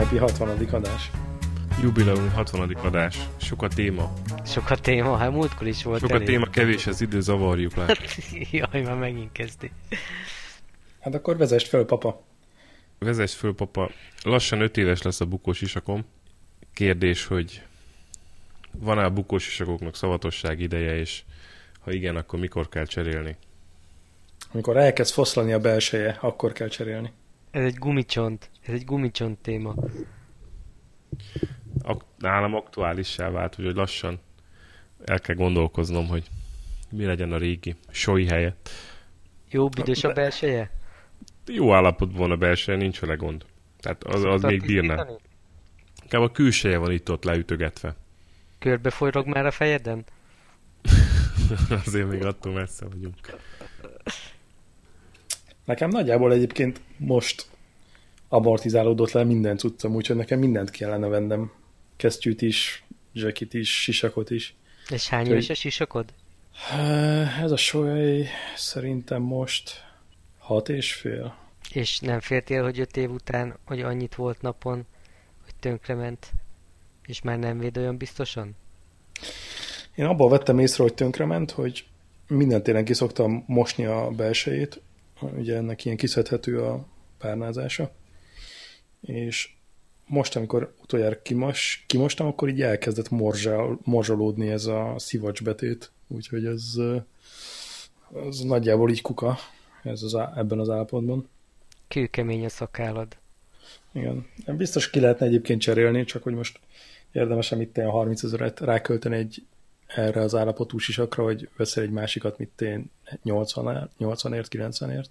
ünnepi 60. adás. Jubileum 60. adás. Sok a téma. Sok a téma, hát múltkor is volt. Sok a téma, kevés az idő, zavarjuk le. Jaj, már megint kezdi. Hát akkor vezest föl, papa. Vezess föl, papa. Lassan 5 éves lesz a bukós isakom. Kérdés, hogy van-e a bukós isakoknak szavatosság ideje, és ha igen, akkor mikor kell cserélni? Amikor elkezd foszlani a belseje, akkor kell cserélni. Ez egy gumicsont téma. Nálam aktuálissá vált, úgyhogy lassan el kell gondolkoznom, hogy mi legyen a régi sói helyett. Jó büdös a belseje? Jó állapotban van a belseje, nincs vele gond. Tehát az még bírná. Inkább a külseje van itt-ott leütögetve. Körbeforog már a fejeden? Azért még attól messze vagyunk. Nekem nagyjából egyébként most amortizálódott le minden cuccom, úgyhogy nekem mindent kellene vennem. Kesztyűt is, zsekit is, sisakot is. És hány éves a sisakod? Ez a sólyai szerintem most 6,5. És nem féltél, hogy 5 év után, hogy annyit volt napon, hogy tönkrement, és már nem véd olyan biztosan? Én abból vettem észre, hogy tönkrement, hogy minden télen ki szoktam mosni a belsejét, ugye ennek ilyen kiszedhető a párnázása, és most, amikor utoljára kimostam, akkor így elkezdett morzsolódni ez a szivacsbetét, úgyhogy ez nagyjából így kuka ebben az állapotban. Kőkemény a szakállad. Igen. Biztos ki lehetne egyébként cserélni, csak hogy most érdemesen itt 30 000-et rákölteni erre az állapotú sisakra, hogy veszel egy másikat, 80-ért, 90-ért.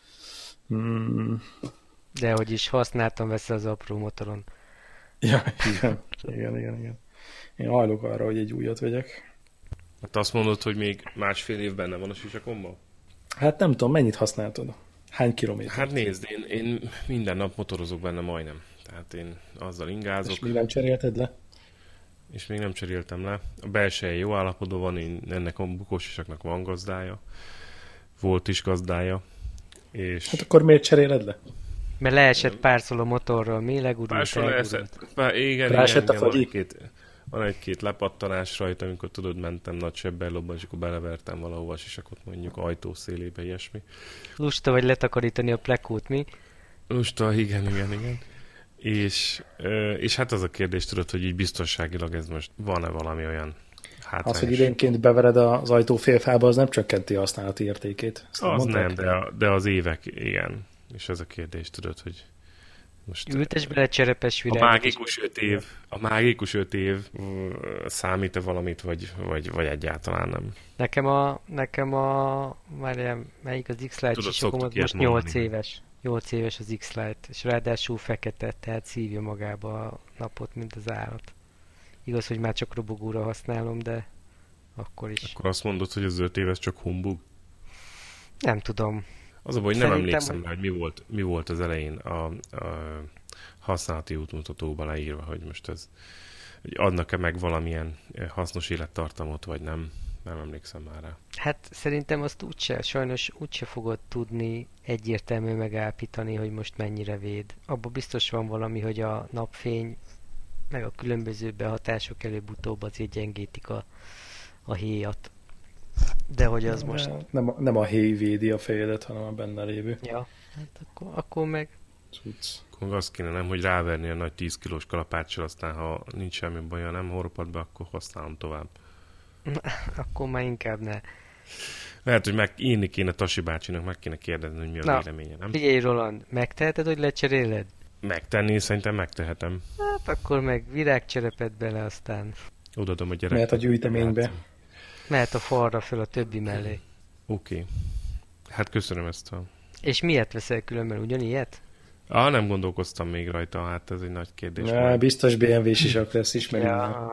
De hogy is használtam veszel az apró motoron. Ja, igen. Én hajlok arra, hogy egy újat vegyek. Hát azt mondod, hogy még 1,5 év benne van a sisakomban? Hát nem tudom, mennyit használtad? Hány kilométer? Hát nézd, én minden nap motorozok benne majdnem. Tehát én azzal ingázok. És még nem cserélted le? És még nem cseréltem le. A belseje jó állapotban van, ennek a bukós sisaknak van gazdája. Volt is gazdája. És... Hát akkor miért cseréled le? Mert leesett párszor a motorról, mi legurult, párszor leesett. Igen, van egy-két lepattanás rajta, amikor tudod, mentem nagy sebberlobban, és akkor belevertem valahova a sisakot, mondjuk ajtó szélébe, ilyesmi. Lusta vagy letakarítani a plekót, mi? Lusta, igen. És hát az a kérdés, tudod, hogy így biztonságilag ez most van-e valami olyan hátrányos? Az, hogy időnként bevered az ajtó félfába, az nem csökkenti a használati értékét. Az nem, de az évek, igen. És ez a kérdés, tudod, hogy most... Ültes bele cserepes virágot. A mágikus 5 év számít-e valamit, vagy egyáltalán nem? Nekem a melyik az X-Lite sisakomat most 8 éves. 8 éves az X-Lite, és ráadásul fekete, tehát szívja magába a napot, mint az állat. Igaz, hogy már csak robogóra használom, de akkor is. Akkor azt mondod, hogy az 5 éves csak humbug? Nem tudom. Az a baj, hogy nem emlékszem rá, hogy mi volt az elején a használati útmutatóban leírva, hogy most ez, hogy adnak-e meg valamilyen hasznos élettartamot, vagy nem. Nem emlékszem már rá. Hát szerintem azt sajnos úgyse fogod tudni egyértelműen megállapítani, hogy most mennyire véd. Abban biztos van valami, hogy a napfény, meg a különböző behatások előbb-utóbb azért gyengítik a héjat. De hogy az most... Nem a héj védi a fejedet, hanem a benne lévő. Ja, hát akkor meg... Akkor azt kéne, nem, hogy ráverni a nagy 10 kilós kalapáccsal, aztán ha nincs semmi baja, nem horpad be, akkor használom tovább. Akkor már inkább ne. Lehet, hogy írni kéne Tasi bácsinak, meg kéne kérdezni, hogy mi a véleménye, nem? Figyelj, Roland, megteheted, hogy lecseréled? Megtenni, szerintem megtehetem. Hát akkor meg virágcserepet bele, aztán... Odaadom a gyerek. Mehet a gyűjteménybe. Mehet a falra föl a többi mellé. Oké. Hát köszönöm ezt a... És miért veszel különben ugyanilyet? Nem gondolkoztam még rajta, hát ez egy nagy kérdés. Biztos BMW sisak lesz, ismerem.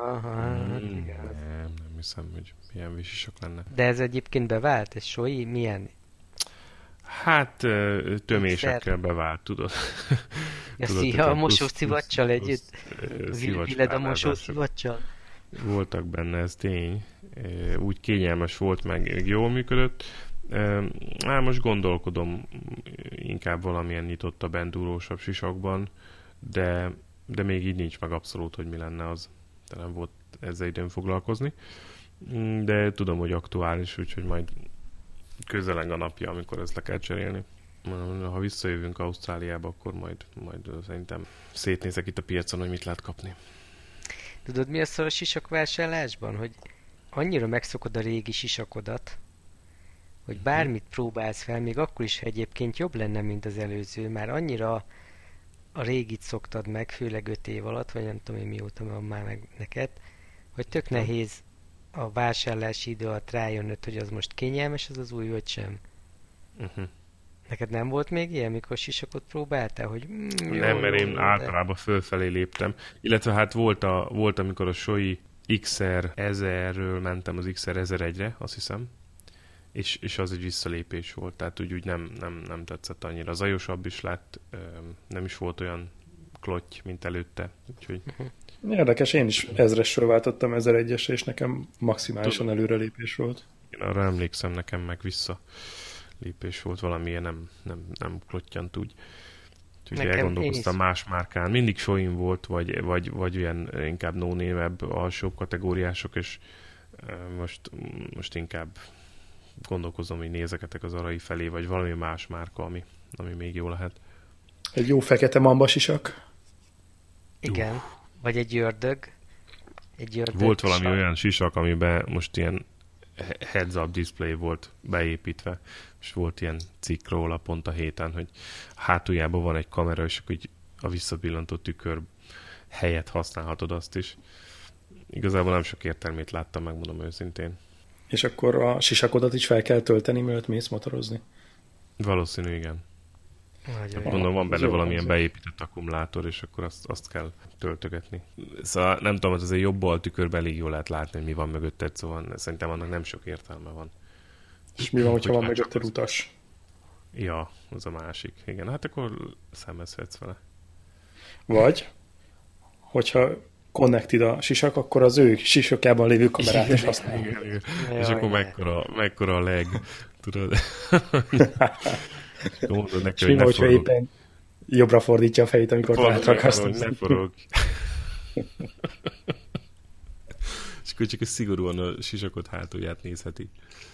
Nem hiszem, hogy BMW sisak lenne. De ez egyébként bevált? Ez sói? Milyen? Hát tömésekkel bevált, tudod. A mosószivacsal együtt? Viled a mosószivacsal? Voltak benne, ez tény. Úgy kényelmes volt, meg jól működött. Most gondolkodom inkább valamilyen nyitottabb, endúrósabb sisakban, de de még így nincs meg abszolút, hogy mi lenne az. De nem volt ezzel időn foglalkozni. De tudom, hogy aktuális, úgyhogy majd közeleng a napja, amikor ezt le kell cserélni. Ha visszajövünk Ausztráliába, akkor majd szerintem szétnézek itt a piacon, hogy mit lehet kapni. Tudod, mi a szar a sisakvásárlásban? Hogy annyira megszokod a régi sisakodat, hogy bármit próbálsz fel, még akkor is, ha egyébként jobb lenne, mint az előző, már annyira a régit szoktad meg, főleg 5 év alatt, vagy nem tudom én mióta van már meg neked, hogy tök nehéz a vásárlási idő alatt rájönnöd, hogy az most kényelmes, az az új, vagy sem. Neked nem volt még ilyen, mikor sisakot próbáltál, hogy nem, mert én általában fölfelé léptem. Illetve hát volt amikor a Shoei XR 1000-ről mentem az XR 1001-re, azt hiszem. És az egy visszalépés volt, tehát úgy nem tetszett annyira. Zajosabb is lett, nem is volt olyan klotty, mint előtte. Úgyhogy... Érdekes, én is 1000-esről váltottam 1001-esre, és nekem maximálisan előrelépés volt. Én arra emlékszem, nekem meg visszalépés volt, valamilyen nem klottyant úgy. Úgyhogy elgondolkoztam más márkán. Mindig Shoin volt, vagy ilyen inkább no-name-ebb alsóbb kategóriások, és most inkább gondolkozom, hogy nézegetek az Arai felé, vagy valami más márka, ami még jó lehet. Egy jó fekete mamba sisak? Igen. Vagy egy ördög. Volt valami olyan sisak, amiben most ilyen heads-up display volt beépítve, és volt ilyen cikk róla pont a héten, hogy hátuljában van egy kamera, és akkor a visszapillantó tükör helyett használhatod azt is. Igazából nem sok értelmét láttam, megmondom őszintén. És akkor a sisakodat is fel kell tölteni, mielőtt mész motorozni? Valószínű, igen. Nagyon mondom, van benne valamilyen beépített akkumulátor, és akkor azt kell töltögetni. Szóval nem tudom, hogy azért jobb tükörben elég jól lehet látni, hogy mi van mögötted, szóval szerintem annak nem sok értelme van. És mi van, hogyha van mögötted utas? Ja, az a másik. Igen, hát akkor szemezhetsz vele. Vagy, hogyha connected a sisak, akkor az ő sisakjában lévő kamerát is használ. Igen. És akkor mekkora a leg, tudod? Mondod neki, és mi van, hogyha éppen jobbra fordítja a fejét, amikor átrakasztunk. Nem forog. És akkor csak szigorúan a sisakot hátulját nézheti.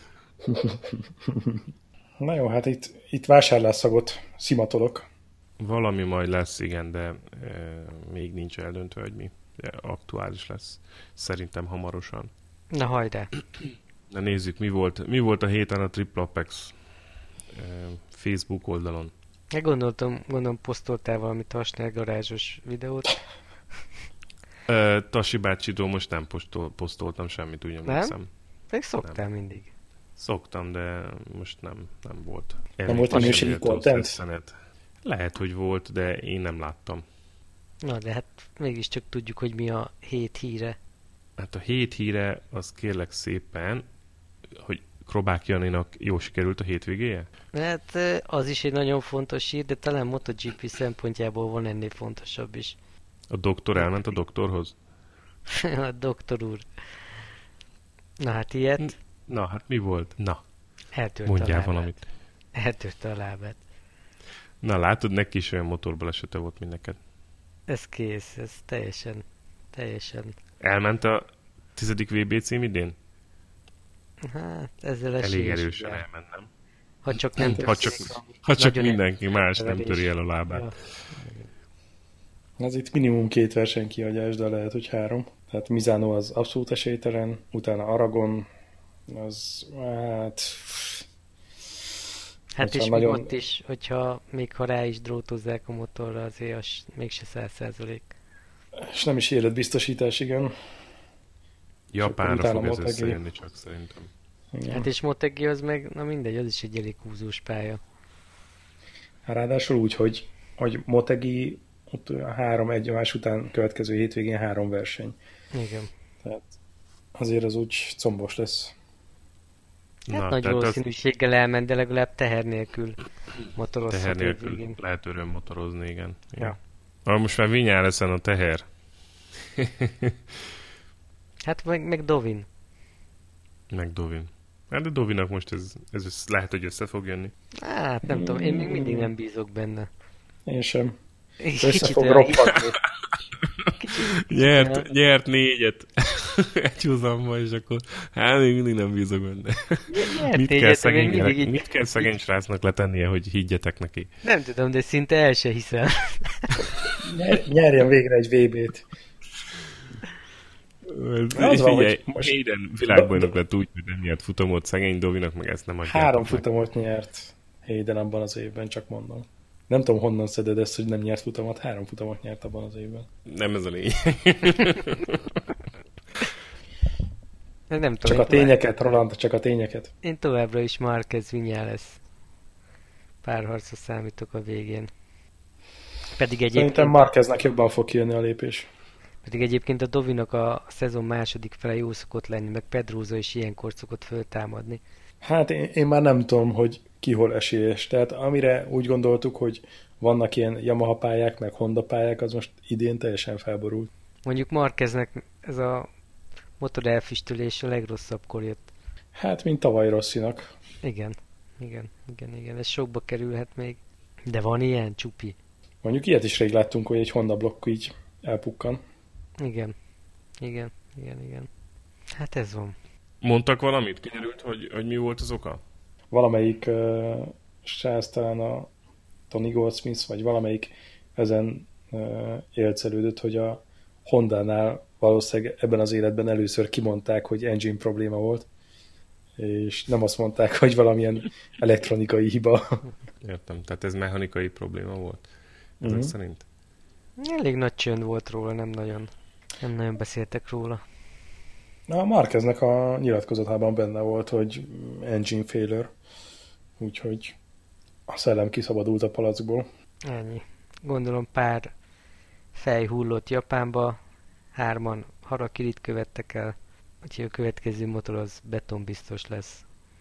Na jó, hát itt vásárlásszagot szimatolok. Valami majd lesz, igen, de még nincs eldöntve, hogy mi. De aktuális lesz. Szerintem hamarosan. Na hajrá! Na nézzük, mi volt a héten a Triple Apex Facebook oldalon. Gondolom posztoltál valami Tasner garázsos videót. Tasi bácsidól most nem posztoltam semmit, úgy emlékszem. Nem? Pedig szoktál mindig. Szoktam, de most nem volt. Nem volt minőségi content? Lehet, hogy volt, de én nem láttam. Na, de hát mégiscsak tudjuk, hogy mi a hét híre. Hát a hét híre, az kérlek szépen, hogy Krobák Janinak jó sikerült a hétvégéje? Hát az is egy nagyon fontos hír, de talán MotoGP szempontjából van ennél fontosabb is. A doktor elment a doktorhoz? A doktor úr. Na hát ilyet. Na hát mi volt? Na, eltört mondjál valamit. Eltörte a lábát. Na látod, neki is olyan motorbalesete volt, mint neked. Ez kész, ez teljesen. Elment a 10. VB cím idén? Hát ezzel elég erősen elment, nem? Ha csak nem ha csak mindenki más nem töri el a lábát. Ja. Ez itt minimum 2 versenykihagyás, de lehet, hogy 3. Tehát Misano az abszolút esélytelen, utána Aragon, az hát és nagyon... ott is, hogyha még ha rá is drótozzák a motorra, azért az mégse 100%. És nem is életbiztosítás, igen. Japánra fog ez összejönni csak szerintem. Igen. Hát és Motegi az meg, na mindegy, az is egy elég húzós pálya. Ráadásul úgy, hogy Motegi ott 3 egymás után következő hétvégén 3 verseny. Igen. Tehát azért az úgy combos lesz. Hát nagy valószínűséggel elment, de legalább teher nélkül motorozhat. Teher nélkül lehet öröm motorozni, igen. Ja. Most már Vinyá leszen a teher. Hát meg Dovin. Meg Dovin. Hát de Dovinak most ez lehet, hogy össze fog jönni. Hát nem tudom, én még mindig nem bízok benne. Én sem. Össze fog roppantni. Nyert 4-et egy húzamba, és akkor még mindig nem bízok benne. Mit kell szegény srácnak letennie, hogy higgyetek neki? Nem tudom, de szinte el se hiszem. Nyerjen végre egy VB-t. Figyelj, Hayden világbajnok lett úgy, hogy nem nyert futamot, szegény Dovinak meg ezt nem adják. 3 futamot nyert Hayden abban az évben, csak mondom. Nem tudom, honnan szeded ezt, hogy nem nyert futamot. 3 futamot nyert abban az évben. Nem ez a lényeg. Nem tudom, csak a tényeket, Roland, csak a tényeket. Én továbbra is Márquez Viñales párharcra számítok a végén. Pedig szerintem Márqueznek jobban fog kijönni a lépés. Pedig egyébként a Dovinak a szezon második fele jó szokott lenni, meg Pedrosa is ilyenkor szokott föltámadni. Hát én már nem tudom, hogy ki hol esélyes. Tehát amire úgy gondoltuk, hogy vannak ilyen Yamaha pályák, meg Honda pályák, az most idén teljesen felborult. Mondjuk Márqueznek ez a motor elfüstölés a legrosszabbkor jött. Hát, mint tavaly Rossinak. Igen. Ez sokba kerülhet még. De van ilyen, csupi. Mondjuk ilyet is rég láttunk, hogy egy Honda blokk így elpukkan. Igen. Hát ez van. Mondtak valamit? Kiderült, hogy mi volt az oka? Valamelyik srác, talán a Tony Goldsmith, vagy valamelyik ezen élcelődött, hogy a Hondánál valószínűleg ebben az életben először kimondták, hogy engine probléma volt, és nem azt mondták, hogy valamilyen elektronikai hiba. Értem, tehát ez mechanikai probléma volt. Ezek szerint? Elég nagy csönd volt róla, nem nagyon beszéltek róla. A Márqueznek a nyilatkozatában benne volt, hogy engine failure, úgyhogy a szellem kiszabadult a palackból. Ennyi. Gondolom pár fej hullott Japánba, 3 harakirit követtek el, úgyhogy a következő motor az betonbiztos lesz.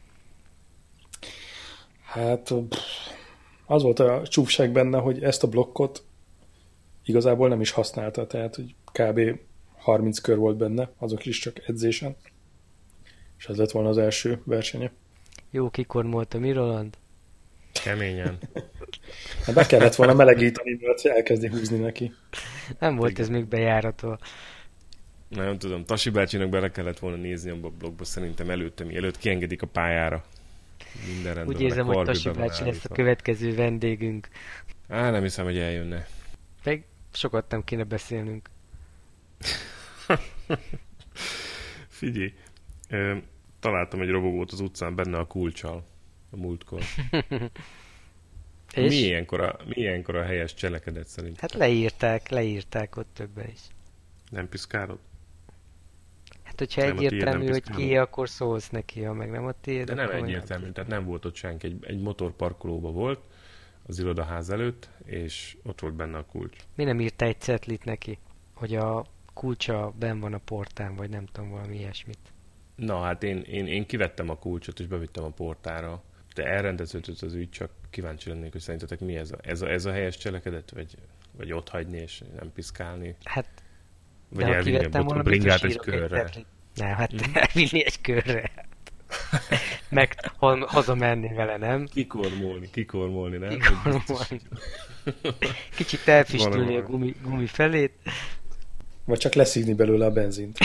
Hát az volt a csúfság benne, hogy ezt a blokkot igazából nem is használta, tehát hogy kb. 30 kör volt benne, azok is csak edzésen, és ez lett volna az első versenye. Jó kikormolta, mi Roland? Keményen. Hát be kellett volna melegíteni, mert elkezdi húzni neki. Nem volt ez még bejáratva. Nem tudom, Tasi bácsinak bele kellett volna nézni a blokkba, szerintem mielőtt kiengedik a pályára. Minden rendben. Úgy érzem, hogy Tasi bácsi lesz a következő vendégünk. Nem hiszem, hogy eljönne. Meg sokat nem kéne beszélnünk. Figyelj, találtam egy robogót az utcán benne a kulccsal a múltkor. És? Mi ilyenkor a helyes cselekedet szerint? Hát leírták ott többen is. Nem piszkálod? Hát, hogyha egyértelmű, hogy ki, akkor szólsz neki, ha meg nem a tiéd. De nem egyértelmű, tehát nem volt ott senki. Egy motorparkolóba volt az irodaház előtt, és ott volt benne a kulcs. Mi nem írta egy cetlit neki, hogy a kulcsa benn van a portán, vagy nem tudom, valami ilyesmit? Na, hát én kivettem a kulcsot, és bevittem a portára. De elrendeződött az ügy, csak kíváncsi lennék, hogy szerintetek mi ez a helyes cselekedet? Vagy ott hagyni, és nem piszkálni? Hát, vagy elvinni a bringát egy körre? Nem, hát elvinni egy körre. Meg hazamenni vele, nem? Kikormolni, nem? Kikormolni. Kicsit elfüstülni a gumi felét. Vagy csak leszívni belőle a benzint.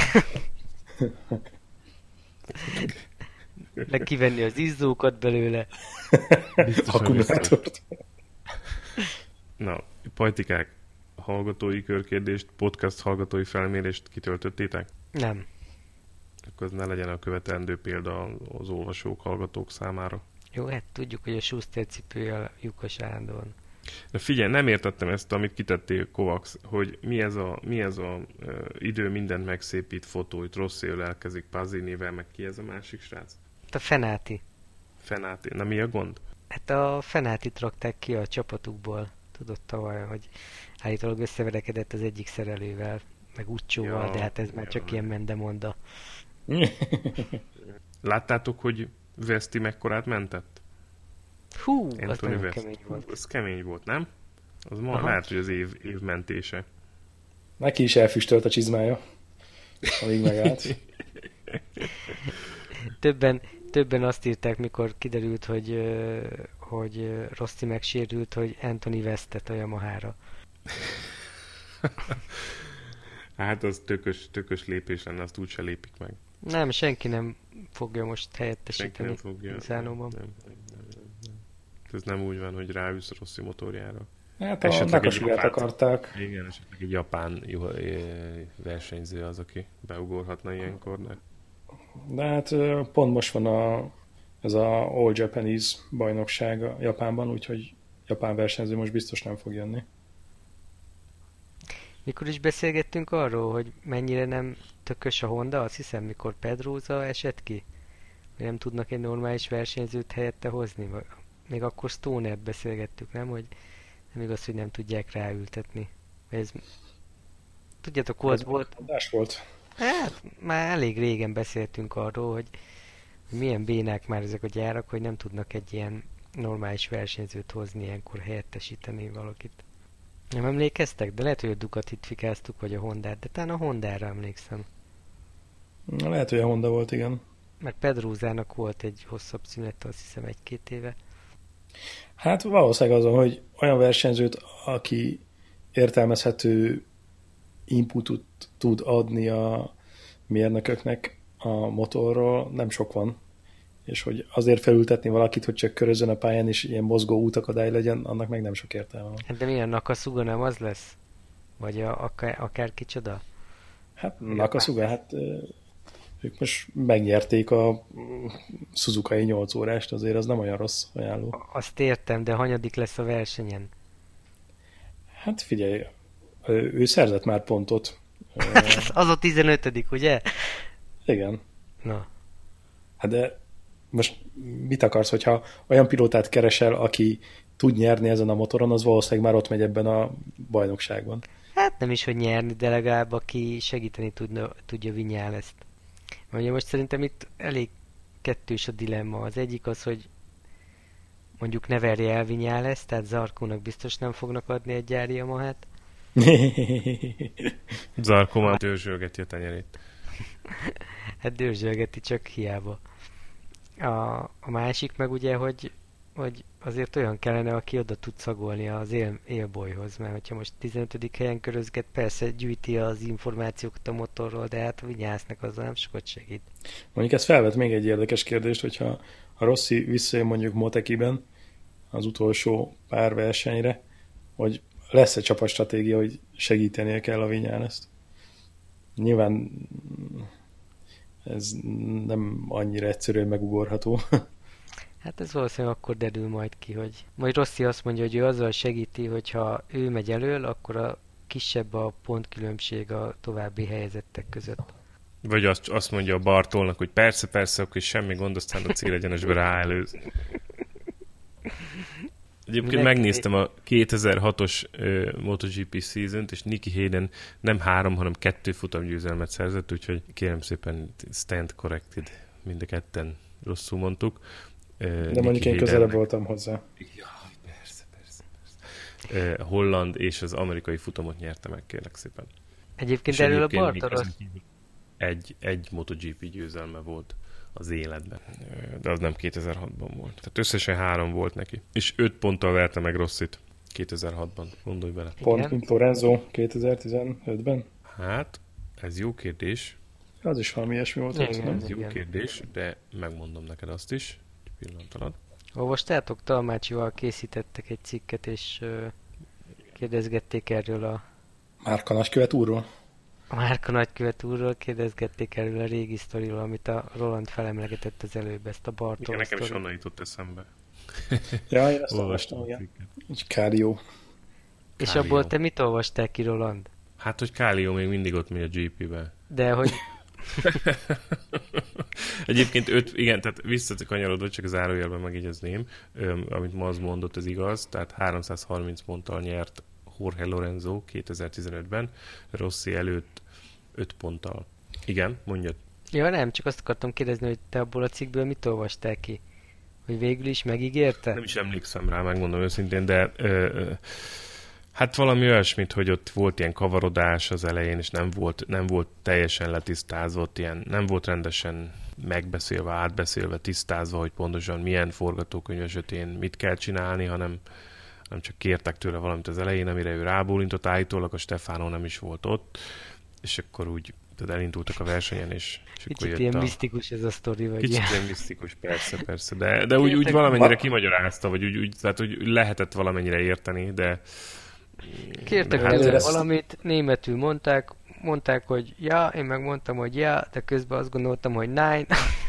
Kivenni az izzókat belőle. Akkumulátort. Na, pajtikák, hallgatói körkérdést, podcast hallgatói felmérést kitöltöttétek? Nem. Akkor ez ne legyen a követendő példa az olvasók, hallgatók számára. Jó, hát tudjuk, hogy a Schuster cipője a lyukas állandóan. De figyelj, nem értettem ezt, amit kitettél, Kovacs, hogy mi ez a idő mindent megszépít fotó, itt Rosszél elkezik Pazinivel, meg ki ez a másik srác? A Fenati. Fenati. Na mi a gond? Hát a Fenatit rakták ki a csapatukból. Tudod tavaly, hogy állítólag összeverekedett az egyik szerelővel, meg Uccsóval, de hát ez már csak ilyen mendemonda. Láttátok, hogy Veszti mekkorát mentett? Hú, az nagyon kemény volt. Az kemény volt, nem? Az ma lehet, hogy az év mentése. Neki is elfüstölt a csizmája, amíg megállt. Többen azt írták, mikor kiderült, hogy Rossi megsérült, hogy Anthony vesztett a Yamahára. Hát az tökös lépés lenne, azt úgyse lépik meg. Nem, senki nem fogja most helyettesíteni Zánóban. Nem. Ez nem úgy van, hogy ráülsz a Rossi motorjára. Hát a Nakasugát akarták. Igen, esetleg egy japán versenyző az, aki beugorhatna ilyenkor, de hát pont most van ez a All Japanese bajnokság a Japánban, úgyhogy japán versenyző most biztos nem fog jönni. Mikor is beszélgettünk arról, hogy mennyire nem tökös a Honda, azt hiszem, mikor Pedrosa esett ki, hogy nem tudnak egy normális versenyzőt helyette hozni. Még akkor Stoner-t beszélgettük, nem? Hogy nem igaz, hogy nem tudják ráültetni. Ez... Tudjátok, volt... volt. Hát, már elég régen beszéltünk arról, hogy milyen bénák már ezek a gyárak, hogy nem tudnak egy ilyen normális versenyzőt hozni, ilyenkor helyettesíteni valakit. Nem emlékeztek? De lehet, hogy a Ducatit fikáztuk, vagy a Hondát, de talán a Hondára emlékszem. Lehet, hogy a Honda volt, igen. Mert Pedrosának volt egy hosszabb szünet, azt hiszem 1-2 éve. Hát valószínűleg azon, hogy olyan versenyzőt, aki értelmezhető inputot tud adni a mérnököknek a motorról, nem sok van. És hogy azért felültetni valakit, hogy csak körözön a pályán, és ilyen mozgó útakadály legyen, annak meg nem sok értelme van. Hát de milyen Nakasuga nem az lesz? Vagy akár kicsoda? Hát Nakasuga, hát ők most megnyerték a Suzuka-i 8 órást, azért az nem olyan rossz ajánló. Azt értem, de hanyadik lesz a versenyen? Hát figyelj, ő szerzett már pontot. Az a 15, ugye? Igen. Na. Hát de most mit akarsz, hogyha olyan pilótát keresel, aki tud nyerni ezen a motoron, az valószínűleg már ott megy ebben a bajnokságban. Hát nem is, hogy nyerni, de legalább aki segíteni tudja Viñalest. Ugye most szerintem itt elég kettős a dilemma. Az egyik az, hogy mondjuk ne verje el Viñalest, tehát Zarkónak biztos nem fognak adni egy gyári Yamahát. Zarkó már dörzsölgeti a tenyerét. Hát dörzsölgeti, csak hiába. A másik meg ugye, hogy azért olyan kellene, aki oda tud szagolni az élbolyhoz, mert hogyha most 15. helyen körözget, persze gyűjti az információkat a motorról, de hát Vinyásznak azzal nem sokat segít. Mondjuk ez felvet még egy érdekes kérdést, hogyha a Rossi visszajön mondjuk Motekiben az utolsó pár versenyre, hogy lesz-e csapatstratégia, hogy segítenie kell a Vinyáleszt. Nyilván ez nem annyira egyszerűen megugorható. Hát ez valószínűleg akkor derül majd ki, hogy majd Rossi azt mondja, hogy ő azzal segíti, hogyha ő megy elől, akkor a kisebb a pontkülönbség a további helyezettek között. Vagy azt mondja a Bartolnak, hogy persze, akkor semmi gond, aztán a célegyenesbe ráelőz. Egyébként megnéztem a 2006-os MotoGP season-t, és Nicky Hayden nem 3, hanem 2 futamgyőzelmet szerzett, úgyhogy kérem szépen stand corrected, mind a ketten rosszul mondtuk. De mondjuk én közelebb voltam hozzá. Jaj, persze. Holland és az amerikai futamot nyerte meg, kérlek szépen. Egyébként erről a Bartolos... Egy MotoGP győzelme volt az életben. De az nem 2006-ban volt. Tehát összesen 3 volt neki. És 5 ponttal verte meg Rossit 2006-ban. Gondolj bele. Pont, mint Lorenzo 2015-ben? Hát, ez jó kérdés. Az is valami ilyesmi volt. Ez jó kérdés, de megmondom neked azt is. Egy pillanat alatt. Olvastátok? Talmácsival készítettek egy cikket, és kérdezgették erről a... Márka Nagykövet úrról? A Márka Nagykövet úrról kérdezgették erről a régi sztoriról, amit a Roland felemlegetett az előbb, ezt a Bartol sztori. Nekem is onnan jutott eszembe. Ja, én ezt olvastam, igen. Egy Kálió. És abból te mit olvastál ki, Roland? Hát, hogy Kálió még mindig ott megy a GP-be. De hogy... Egyébként igen, tehát visszakanyarodva, csak az zárójelben megjegyezném, amit ma az mondott, ez igaz, tehát 330 ponttal nyert Jorge Lorenzo 2015-ben, Rossi előtt 5 ponttal. Igen, mondjad. Ja, nem, csak azt akartam kérdezni, hogy te abból a cikkből mit olvastál ki? Hogy végül is megígérte? Nem is emlékszem rá, megmondom őszintén, de hát valami olyasmit, hogy ott volt ilyen kavarodás az elején, és nem volt teljesen letisztázva, ilyen, nem volt rendesen megbeszélve, átbeszélve, tisztázva, hogy pontosan milyen forgatókönyv esetén mit kell csinálni, hanem csak kértek tőle valamit az elején, amire ő rábólintott, állítólag a Stefano nem is volt ott, és akkor úgy elindultak a versenyen, és akkor Kicsit ilyen misztikus ez a sztori, vagy Kicsit ilyen misztikus, persze, de úgy valamennyire kimagyarázta, vagy úgy, tehát úgy lehetett valamennyire érteni, de... Kértek valamit, németül mondták, hogy ja, én megmondtam, hogy ja, de közben azt gondoltam, hogy nein.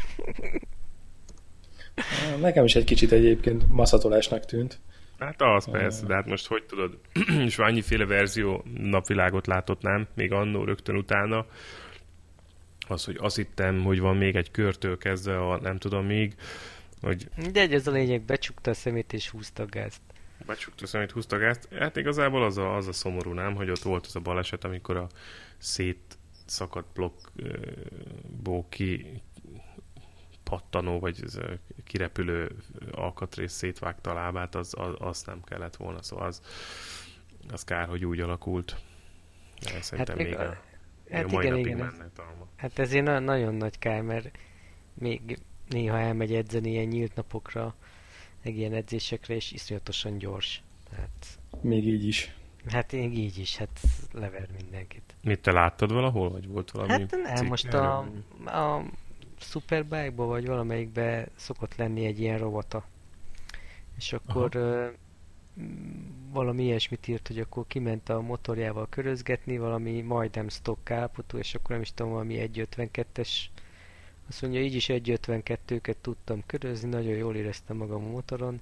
Nekem is egy kicsit egyébként maszatolásnak tűnt. Hát az persze, de hát most hogy tudod, és már annyiféle verzió napvilágot látott, nem? Még annó rögtön utána. Az, hogy azt hittem, hogy van még egy körtől kezdve, nem tudom még, hogy... De ez a lényeg, becsukta a szemét és húzta a gázt. Becsukta a szemét, húzta a gázt. Hát igazából az a szomorú, nem? Hogy ott volt az a baleset, amikor a szétszakadt blokkból pattanó, vagy kirepülő alkatrész szétvágta a lábát, azt nem kellett volna, szóval az kár, hogy úgy alakult. De szerintem még a mai napig menne talma. Hát ezért nagyon nagy kár, mert még néha elmegy edzeni ilyen nyílt napokra, meg ilyen edzésekre, és iszonyatosan gyors. Hát, még így is. Hát még így is, hát lever mindenkit. Mit, te láttad valahol, vagy volt valami? Hát nem, most a Superbike-ba, vagy valamelyikbe szokott lenni egy ilyen rovata. És akkor valami ilyesmit írt, hogy akkor kiment a motorjával körözgetni, valami majdnem stock állapotú, és akkor nem is tudom, valami 1.52-es. Azt mondja, így is 1.52-ket tudtam körözni, nagyon jól éreztem magam a motoron.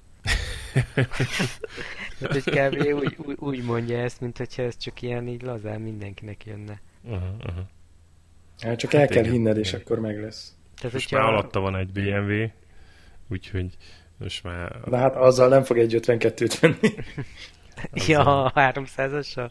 Hát, hogy kb. Úgy mondja ezt, mint hogyha ez csak ilyen így lazán mindenkinek jönne. Hát csak el kell hinned, és akkor meg lesz. Tehát, most már alatta van egy BMW, úgyhogy most már... De hát azzal nem fog 1.52-t venni. Ja, 300-assal?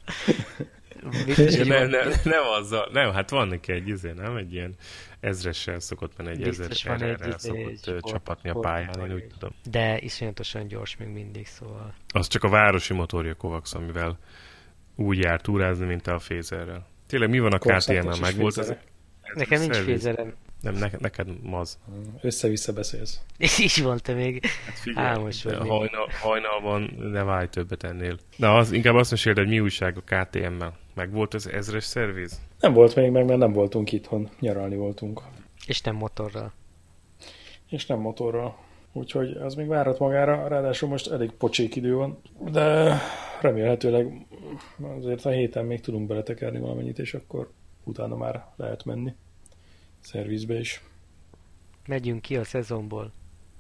Nem azzal, nem, hát van neki egy nem? Egy ilyen 1000-essel szokott menni, egy 1000-rel szokott csapatni a pályán, én úgy tudom. De iszonyatosan gyors még mindig, szóval... Az csak a városi motorja Kovacs, amivel úgy jár túrázni, mint a Fézerrel. Tényleg mi van a KTM-mel? Meg volt ez? Nekem nincs Fézerem. Nem, neked maz. Össze-vissza beszélsz. És így mondta még. Hát figyelj, álmos vagy. Hajnalban ne várj többet ennél. Na, inkább azt meséld, hogy mi újság a KTM-mel. Meg volt az 1000-es szerviz? Nem volt még meg, mert nem voltunk itthon. Nyaralni voltunk. És nem motorral. Úgyhogy az még várat magára, ráadásul most elég pocsék idő van, de remélhetőleg azért a héten még tudunk beletekerni valamennyit, és akkor utána már lehet menni szervizbe is. Megyünk ki a szezonból.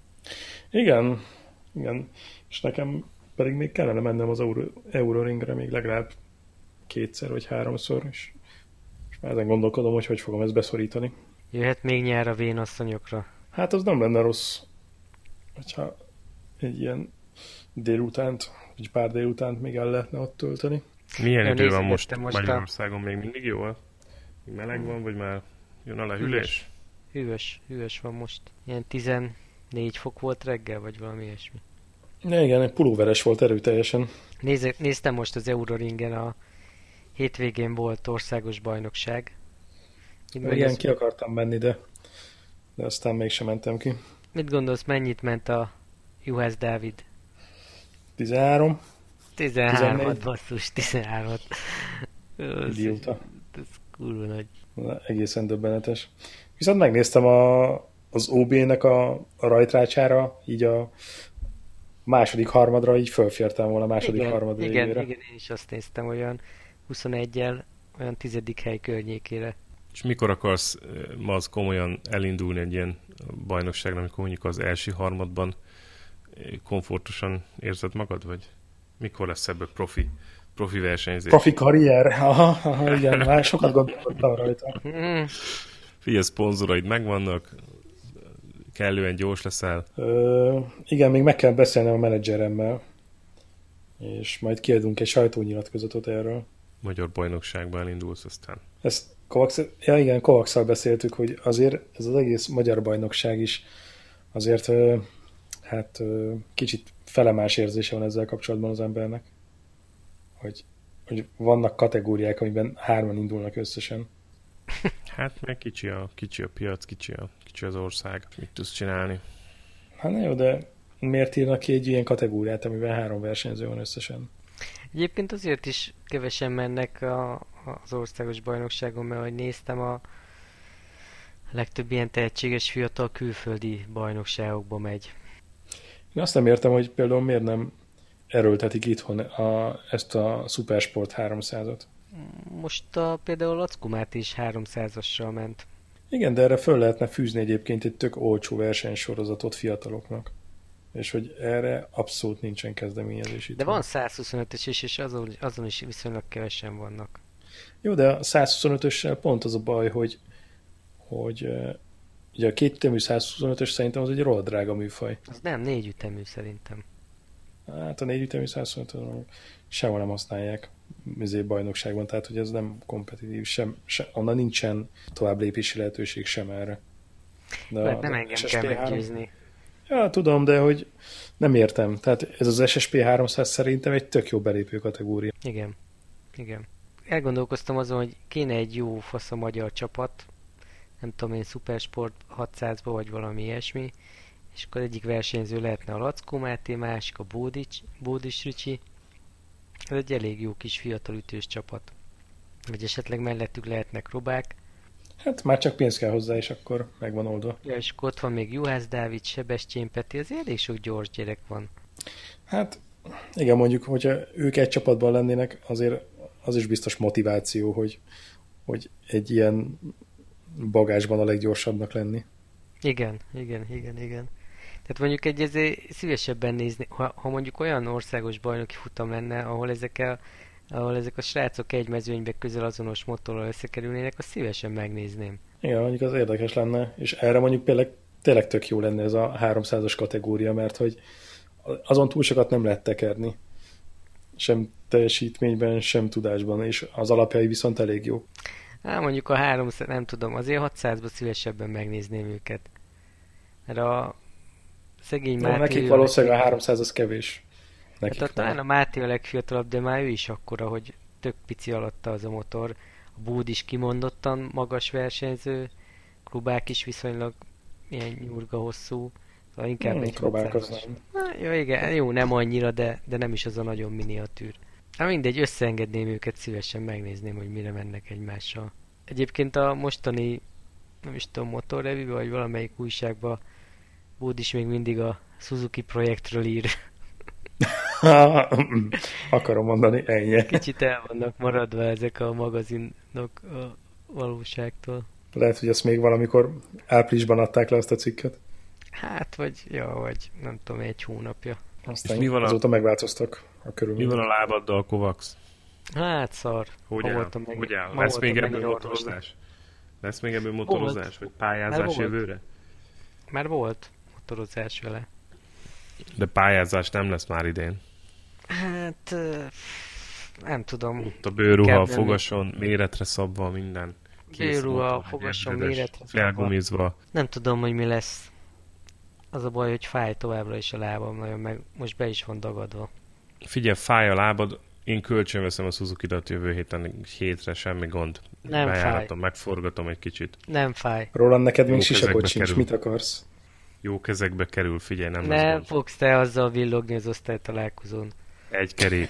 Igen. És nekem pedig még kellene mennem az Euroringre még legalább 2 vagy 3, és már ezen gondolkodom, hogy fogom ezt beszorítani. Jöhet még nyár a vénasszonyokra. Hát az nem lenne rossz, hogyha egy ilyen délutánt, vagy pár délutánt még el lehetne ott tölteni. Milyen idő van most Magyarországon? Még mindig jó? Meleg van, vagy már jön a lehűlés? Hűvös van most. Ilyen 14 fok volt reggel, vagy valami ilyesmi. Igen, egy pulóveres volt erőteljesen. Néztem most az Euroringen, a hétvégén volt országos bajnokság. Igen, ki akartam menni, de aztán mégsem mentem ki. Mit gondolsz, mennyit ment a Juhász Dávid? 13. 13, basszus, 13. Idióta. Ez kurva nagy. Egészen döbbenetes. Viszont megnéztem az OB-nek a rajtrácsára, így a második harmadra, így fölfértem volna a második harmad végére. Igen, én is azt néztem, olyan 21-jel, olyan 10. hely környékére. És mikor akarsz az komolyan elindulni egy ilyen bajnokságnak, amikor mondjuk az első harmadban komfortosan érzed magad, vagy mikor lesz ebből profi versenyzés? Profi karrier? Aha, igen, már sokat gondolkodtam rajta. Figyelj, szponzoraid megvannak, kellően gyors leszel. Igen, még meg kell beszélnem a menedzseremmel, és majd kiadunk egy sajtónyilatkozatot erről. Magyar bajnokságban elindulsz aztán. Ezt Kovacs-szal beszéltük, hogy azért ez az egész magyar bajnokság is azért kicsit felemás érzése van ezzel kapcsolatban az embernek. Hogy vannak kategóriák, amiben 3 indulnak összesen. Hát meg kicsi a piac, kicsi az ország. Mit tudsz csinálni? Hát na jó, de miért írnak ki egy ilyen kategóriát, amiben 3 versenyző van összesen? Egyébként azért is kevesen mennek az országos bajnokságon, mert ahogy néztem, a legtöbb ilyen tehetséges fiatal külföldi bajnokságokba megy. Én azt nem értem, hogy például miért nem erőltetik itthon ezt a Supersport 300-at. Most például Lackó Máté is 300-assal ment. Igen, de erre föl lehetne fűzni egyébként egy tök olcsó versenysorozatot fiataloknak. És hogy erre abszolút nincsen kezdeményezés itt. De van 125-ös is, és azon is viszonylag kevesen vannak. Jó, de a 125-össel pont az a baj, hogy ugye a kétütemű 125-ös szerintem az egy rohadt drága műfaj. Az nem, 4 ütemű szerintem. Hát a négyütemű 125 sehol nem használják bajnokságban, tehát hogy ez nem kompetitív, onnan nincsen tovább lépési lehetőség sem erre. De nem engem kell meggyőzni. Ja, tudom, de hogy nem értem. Tehát ez az SSP 300 szerintem egy tök jó belépő kategória. Igen. Elgondolkoztam azon, hogy kéne egy jó fasz a magyar csapat, nem tudom én, Supersport 600-ba, vagy valami ilyesmi, és akkor egyik versenyző lehetne a Lackó Máté, másik a Bódis Ricsi. Ez egy elég jó kis fiatal ütős csapat. Vagy esetleg mellettük lehetnek Robák. Hát már csak pénz kell hozzá, és akkor megvan oldva. Ja, és akkor ott van még Juhász Dávid, Sebestyén Peti, az elég sok gyors gyerek van. Hát igen, mondjuk, hogyha ők egy csapatban lennének, azért az is biztos motiváció, hogy egy ilyen bagásban a leggyorsabbnak lenni. Igen. Tehát mondjuk ezért szívesebben nézni, ha mondjuk olyan országos bajnoki futam lenne, ahol ezek a srácok egy mezőnybe közel azonos motorral összekerülnének, azt szívesen megnézném. Igen, mondjuk az érdekes lenne, és erre mondjuk tényleg tök jó lenne ez a 300-as kategória, mert hogy azon túl sokat nem lehet tekerni. Sem teljesítményben, sem tudásban, és az alapjai viszont elég jó. Hát mondjuk a 300, nem tudom, azért 600-ba szívesebben megnézném őket. Mert a szegény Máté... Nekik valószínűleg a 300 az kevés. Hát talán a Máté a legfiatalabb, de már ő is akkora, hogy tök pici alatta az a motor. A Bód is kimondottan magas versenyző, Klubák is viszonylag ilyen nyurga hosszú. Szóval inkább egy próbálkoznám. Ja igen, jó, nem annyira, de nem is az a nagyon miniatűr. Hát mindegy, összeengedném őket, szívesen megnézném, hogy mire mennek egymással. Egyébként a mostani, nem is tudom, motorrevűben, vagy valamelyik újságban Bód is még mindig a Suzuki projektről ír. Akarom mondani, ennyi. Kicsit el vannak maradva ezek a magazinok a valóságtól. Lehet, hogy ezt még valamikor áprilisban adták le azt a cikket. Hát, vagy nem tudom, egy hónapja. Aztán mi van azóta megváltoztak a körülmények. Mi van a lábaddal, Kovacs? Hát szar. Hogy áll? Lesz még ebből motorozás? Lesz még ebből motorozás? Vagy pályázás jövőre? Már volt motorozás vele. De pályázás nem lesz már idén. Hát nem tudom. Ott a bőrruha, fogason, méretre szabva minden. Bőrruha, fogason, méretre szabva. Felgumizva. Nem tudom, hogy mi lesz. Az a baj, hogy fáj továbbra is a lábam nagyon, meg most be is van dagadva. Figyelj, fáj a lábad, én kölcsönveszem a Suzuki-dat jövő hétre, semmi gond. Nem bejáratom, fáj. Megforgatom egy kicsit. Nem fáj. Rólam neked még sisakot sincs, mit akarsz? Jó kezekbe kerül, figyelj, nem lesz gond. Fogsz te azzal villogni az osztálytalálkozón. Egy kerék.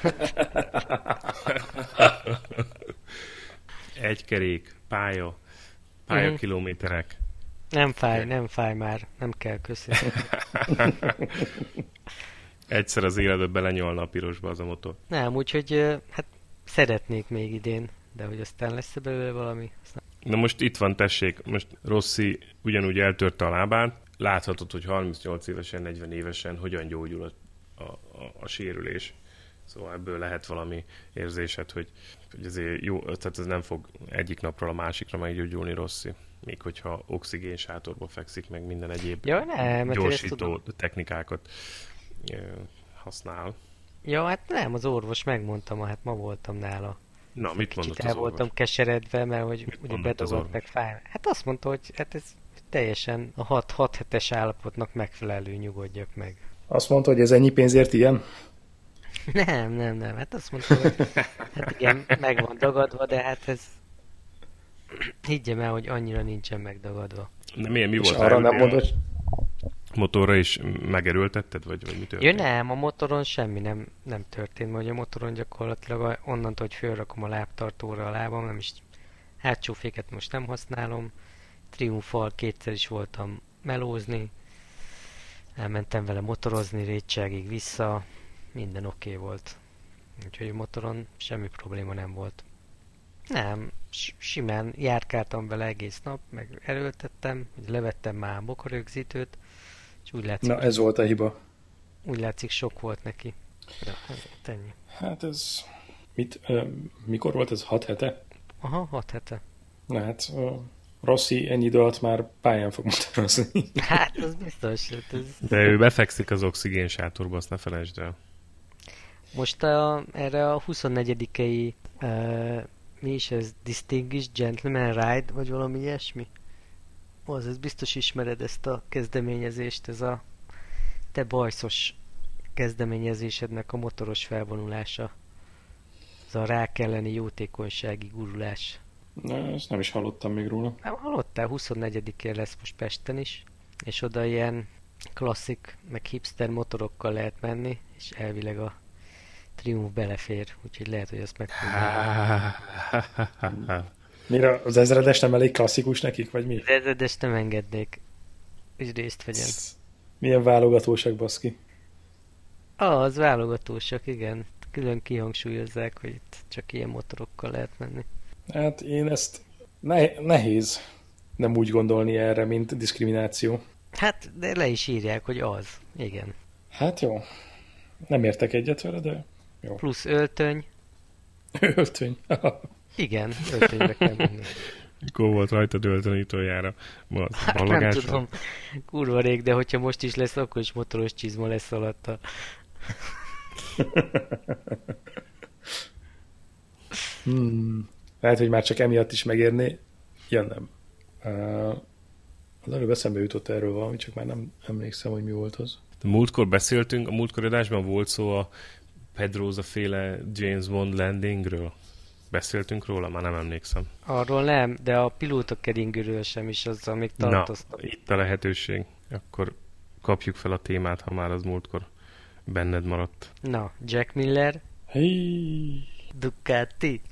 Egy kerék, pálya kilométerek. Nem fáj már, nem kell, köszönöm. Egyszer az életben belenyolna a pirosba az a motor. Nem, úgyhogy hát szeretnék még idén, de hogy aztán lesz belőle valami. Na most itt van, tessék, most Rossi ugyanúgy eltörte a lábát, láthatod, hogy 38 évesen, 40 évesen hogyan gyógyul a sérülés. Szóval ebből lehet valami érzésed, hogy ezért jó, tehát ez nem fog egyik napról a másikra meggyógyulni, Rossi. Még hogyha oxigén sátorba fekszik, meg minden egyéb gyorsító technikákat használ. Ja, hát nem, az orvos megmondta ma, hát ma voltam nála. Na, mit mondott az orvos? Voltam keseredve, mert hogy ugye bedobott meg fáj. Hát azt mondta, hogy hát ez teljesen a 6 hetes állapotnak megfelelő, nyugodjak meg. Azt mondta, hogy ez ennyi pénzért ilyen? Nem. Hát azt mondta, hogy hát igen, meg van dagadva, de hát ez higgyem el, hogy annyira nincsen megdagadva. De mi volt? Arra nem mondod, Motorra is megerőltetted, vagy mi történt? Ja nem, a motoron semmi nem történt, mert a motoron gyakorlatilag onnantól, hogy fölrakom a lábtartóra a lábam, nem is hátsó féket most nem használom, Triumfal kétszer is voltam melózni, elmentem vele motorozni Rétságig vissza, minden oké volt. Úgyhogy a motoron semmi probléma nem volt. Nem, simán járkáltam vele egész nap, meg erőltettem, levettem már a bokorögzítőt, és úgy látszik, Na, ez volt a hiba. úgy látszik sok volt neki. Ja, ennyi. Hát ez... mikor volt ez? 6 hete? Aha, 6 hete. Na hát, Rossi ennyi idő alatt már pályán fog motorozni. Hát, az biztos. Hát ez... De ő befekszik az oxigén sátorba, azt ne felejtsd el. Most erre a 24-i mi is ez? Distinguished Gentleman Ride, vagy valami ilyesmi? Ez biztos ismered ezt a kezdeményezést, ez a te bajszos kezdeményezésednek a motoros felvonulása. Ez a rák elleni jótékonysági gurulás. Na, ezt nem is hallottam még róla. Nem hallottál, 24-én lesz most Pesten is, és oda ilyen klasszik, meg hipster motorokkal lehet menni, és elvileg a Triumph belefér, úgyhogy lehet, hogy azt meg Mire az ezredes nem elég klasszikus nekik, vagy mi? Az ezredes nem engednék, hogy részt vegyen. Milyen válogatósak, baszki. Az válogatósak, igen. Külön kihangsúlyozzák, hogy itt csak ilyen motorokkal lehet menni. Hát én ezt nehéz nem úgy gondolni erre, mint diszkrimináció. Hát, de le is írják, hogy az. Igen. Hát jó. Nem értek egyet vele, de jó. Plusz öltöny. Öltöny. Igen, öltönybe kell menni. Mikor volt rajtad ölteni utoljára? Hát nem tudom. Kurva rég, de hogyha most is lesz, akkor is motoros csizma lesz alatta. Lehet, hogy már csak emiatt is megérné. Ja, nem. Az előbb eszembe jutott erről valami, csak már nem emlékszem, hogy mi volt az. A múltkor beszéltünk, a múltkor adásban volt szó a Pedrosa féle James Bond landingről. Beszéltünk róla? Már nem emlékszem. Arról nem, de a pilóta keringőről sem is azzal még tartoztam. Na, itt a lehetőség. Akkor kapjuk fel a témát, ha már az múltkor benned maradt. Na, Jack Miller. Hey. Ducati.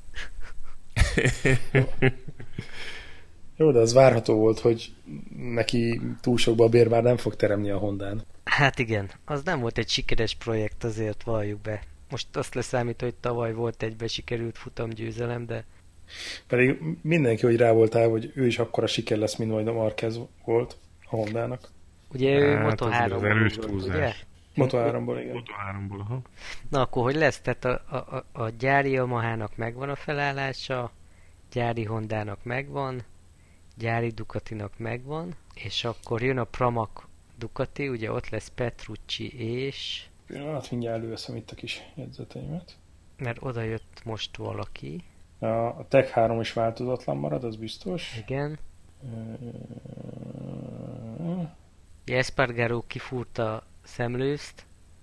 Jó, de az várható volt, hogy neki túl sokba a bér már nem fog teremni a Hondán. Hát igen, az nem volt egy sikeres projekt, azért valljuk be. Most azt leszámít, hogy tavaly volt egybe sikerült futamgyőzelem, de... Pedig mindenki, hogy rá voltál, hogy ő is akkora siker lesz, mint majd a Marquez volt a Hondának. Ugye ő Moto3-ból volt, ugye? Moto3-ból, igen. Moto3-ból, aha. Na akkor hogy lesz? Tehát a gyári Yamahának megvan a felállása, gyári Hondának megvan, gyári Ducatinak megvan, és akkor jön a Pramac Ducati, ugye ott lesz Petrucci és... Pillanat, mindjárt előveszem itt a kis jegyzeteimet. Mert oda jött most valaki. A Tech 3 is változatlan marad, az biztos. Igen. Espargaro kifúrta szemlőzt.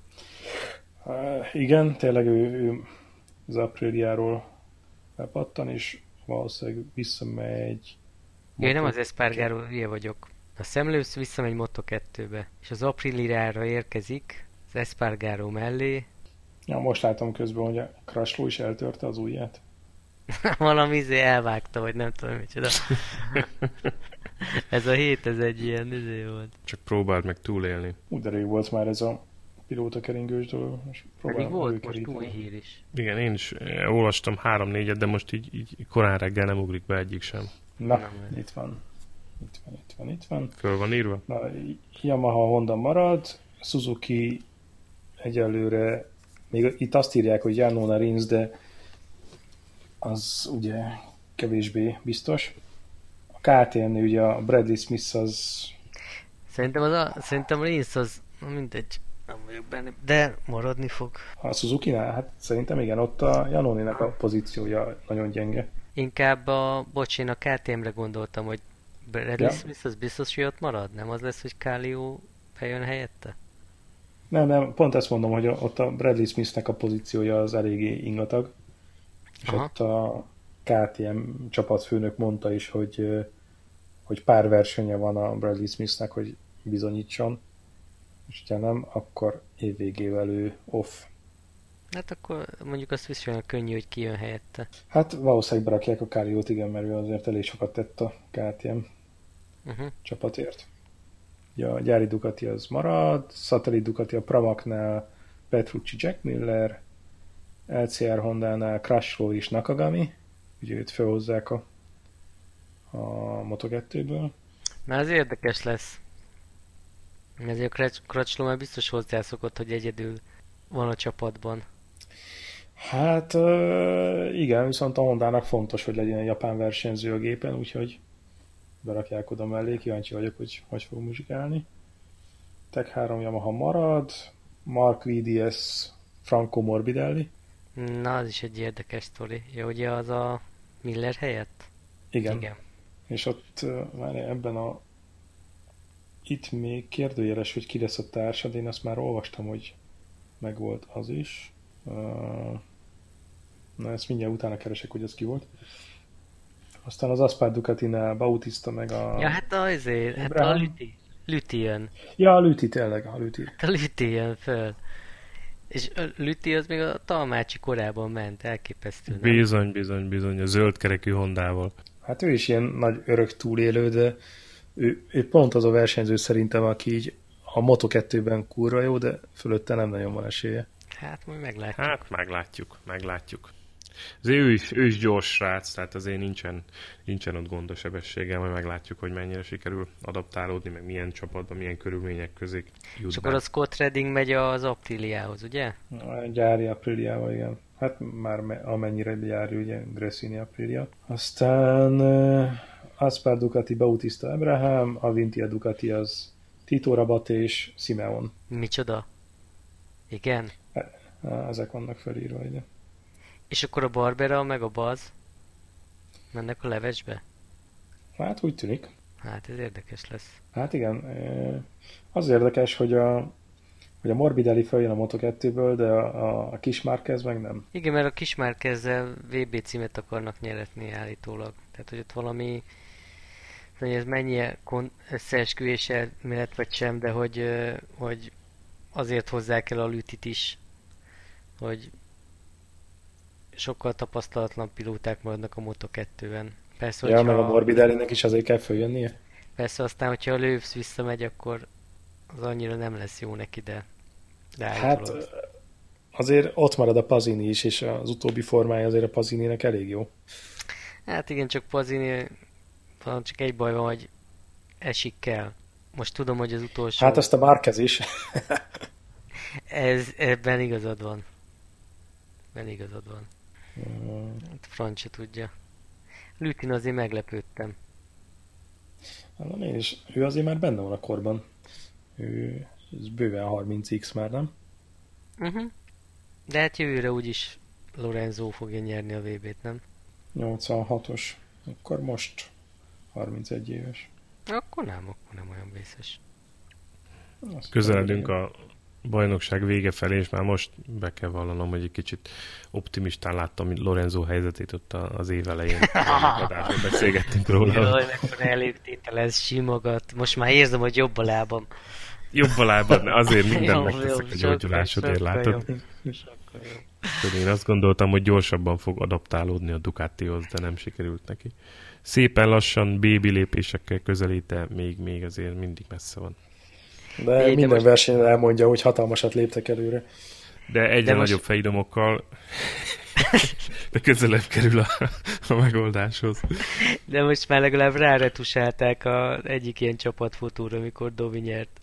Igen, tényleg ő az Apriliáról bepattan, és valószínűleg visszamegy... Én nem az Espargaro, ilyen vagyok. A szemlősz visszamegy Moto2-be, és az Apriliára érkezik az Espargaro mellé. Ja, most látom közben, hogy a Crashlow is eltörte az ujját. Valami elvágta, vagy nem tudom micsoda. Ez a hét, ez egy ilyen volt. Csak próbáld meg túlélni. De rég volt már ez a pilótakeringős dolog. Pedig volt most új hír is. Igen, én is olvastam 3-4-et, de most így korán reggel nem ugrik be egyik sem. Na, itt van. Föl van írva? Na, Yamaha, Honda marad, Suzuki egyelőre, még itt azt írják, hogy Yannone Rins, de az ugye kevésbé biztos. A KTM-nél ugye a Bradley Smith az... Szerintem Rins az mindegy, nem vagyok benne, de maradni fog. A Suzuki-nál? Hát szerintem igen, ott a Yannone-nek a pozíciója nagyon gyenge. Inkább én a KTM-re gondoltam, hogy Bradley Smith az biztos, hogy ott marad? Nem az lesz, hogy Kálio bejön helyette? Nem, pont ezt mondom, hogy ott a Bradley Smithnek a pozíciója az eléggé ingatag. És ott a KTM csapatfőnök mondta is, hogy pár versenye van a Bradley Smithnek, hogy bizonyítson. és ha nem, akkor évvégével ő off. Hát akkor mondjuk azt viszonylag könnyű, hogy ki jön helyette. Hát valószínűleg berakják a Káriót, igen, mert ő azért elég sokat tett a KTM Uh-huh. csapatért. Ja, a gyári Ducati az marad, szatellit Ducati a Pramaknál, Petrucci Jack Miller, LCR Hondánál Crutchlow és Nakagami, ugye őt felhozzák a Moto2-ből. Már az érdekes lesz. Ezért a Crutchlow már biztos hozzászokott, hogy egyedül van a csapatban. Hát igen, viszont a Hondának fontos, hogy legyen egy japán versenyző a gépen, úgyhogy berakják oda mellé, kíváncsi vagyok, hogy fog muzsikálni. Tech 3 Yamaha marad, Mark VDS Franco Morbidelli. Na, az is egy érdekes sztori. Ja, ugye az a Miller helyett? Igen. Igen. És ott már ebben itt még kérdőjeles, hogy ki lesz a társad, én azt már olvastam, hogy megvolt az is. Na, ezt mindjárt utána keresek, hogy az ki volt. Aztán az Aspar Ducatinál Bautista meg a... Ja, hát azért, hát a Lüti jön. Ja, a Lüti, tényleg, a Lüti. Hát a Lüti jön föl. És a Lüti az még a Talmácsi korában ment, elképesztő, nem? Bizony, a zöldkerekű Hondával. Hát ő is ilyen nagy örök túlélő, de ő pont az a versenyző szerintem, aki így a Moto2-ben kurva jó, de fölötte nem nagyon van esélye. Hát majd meglátjuk. Hát meglátjuk. Azért ő is gyors srác, tehát azért nincsen ott gond a sebességgel, majd meglátjuk, hogy mennyire sikerül adaptálódni, meg milyen csapatban, milyen körülmények közé jut. És akkor a Scott Redding megy az Apriliához, ugye? A gyári Apriliával, igen. Hát már amennyire gyári, ugye, Gresini Aprilia. Aztán Aspar Ducati, Bautista Abraham, Avintia Ducati az Tito Rabat és Simeon. Micsoda? Igen? Ezek vannak felírva ide. És akkor a Barbera meg a Baz mennek a levesbe? Hát úgy tűnik. Hát ez érdekes lesz. Hát igen. Az érdekes, hogy a Morbidelli feljön a Moto2-ből, de a kis Márquez meg nem. Igen, mert a kis Márquezzel VB címet akarnak nyeretni állítólag. Tehát, hogy ott valami, hogy ez mennyi összeesküvés elmélet vagy sem, de hogy azért hozzák el a Lütit is, hogy sokkal tapasztalatlan pilóták maradnak a Moto2-ben. Persze, Ja, meg a Morbidellinek is azért kell följönnie. Persze aztán, hogyha a Lövsz visszamegy, akkor az annyira nem lesz jó neki, de hát azért ott marad a Pazini is, és az utóbbi formája azért a Pazininek elég jó. Hát igen, csak Pazini van, csak egy baj van, hogy esik kell. Most tudom, hogy az utolsó... Hát azt a Márquez is. Ebben igazad van. Hát franc se tudja. Lütin azért meglepődtem. Hát én is. Ő azért már benne van a korban. Ő ez bőven 30x már, nem? Uh-huh. De hát jövőre úgyis Lorenzo fogja nyerni a VB-t, nem? 86-os. Akkor most 31 éves. Akkor nem olyan vészes. Közeledünk a bajnokság vége felé, és már most be kell vallanom, hogy egy kicsit optimistán láttam Lorenzo helyzetét ott az év elején. Adásban beszélgettünk róla. Jaj, mekkora előtételez simogat. Most már érzem, hogy jobb a lábam. Jobb a lábad, azért minden megteszek a gyógyulásodért, látod? Én azt gondoltam, hogy gyorsabban fog adaptálódni a Ducatihoz, de nem sikerült neki. Szépen lassan, baby lépésekkel közelít, de még azért mindig messze van. De minden most... versenyen elmondja, hogy hatalmasat léptek előre. De egyre nagyobb fejdomokkal de közelebb kerül a megoldáshoz. De most már legalább ráretusálták az egyik ilyen csapatfotóra, amikor Dovi nyert.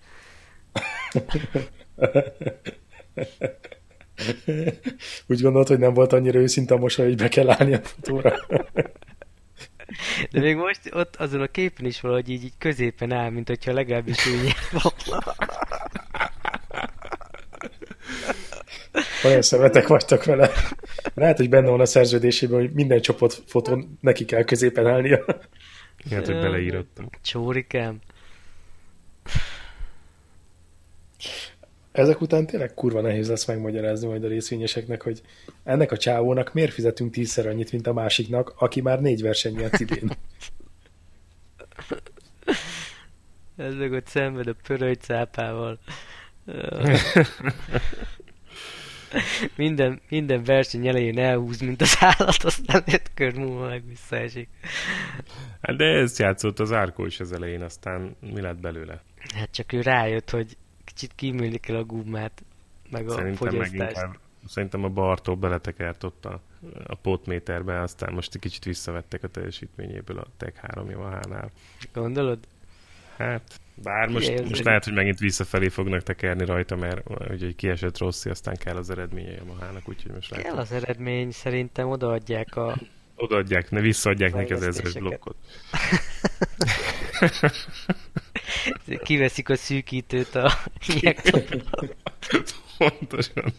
Úgy gondolt, hogy nem volt annyira őszinte a mosoly, hogy be kell állni a fotóra. De még most ott azon a képen is valahogy így középen áll, mint hogyha legalábbis ő nyert volna. Olyan szemetek vagytok vele. Lehet, hogy benne van a szerződésében, hogy minden csoportfotón neki kell középen állnia. Hát, hogy beleírottam. Csórikám. Ezek után tényleg kurva nehéz lesz megmagyarázni majd a részvényeseknek, hogy ennek a csávónak miért fizetünk 10-szer annyit, mint a másiknak, aki már 4 verseny nyert idén. Ez meg ott szenved a pörölycápával. Minden verseny elején elhúz, mint az állat, aztán 5 kör múlva meg visszaesik. Hát de ezt játszott az Árkó is az elején, aztán mi lett belőle? Hát csak ő rájött, hogy kicsit kímélni kell a gumát, meg a fogyasztást. Szerintem a Bartó beletekert ott a potméterbe, aztán most egy kicsit visszavettek a teljesítményéből a Tech 3 Yamaha-nál. Gondolod? Hát, bár most lehet, hogy megint visszafelé fognak tekerni rajta, mert ugye kiesett Rossi, aztán kell az eredménye Yamahának, úgyhogy most lehet. Kell az eredmény, szerintem odaadják visszaadják neki az 1000-es blokkot. Kiveszik a szűkítőt a injektorból. Pontosan.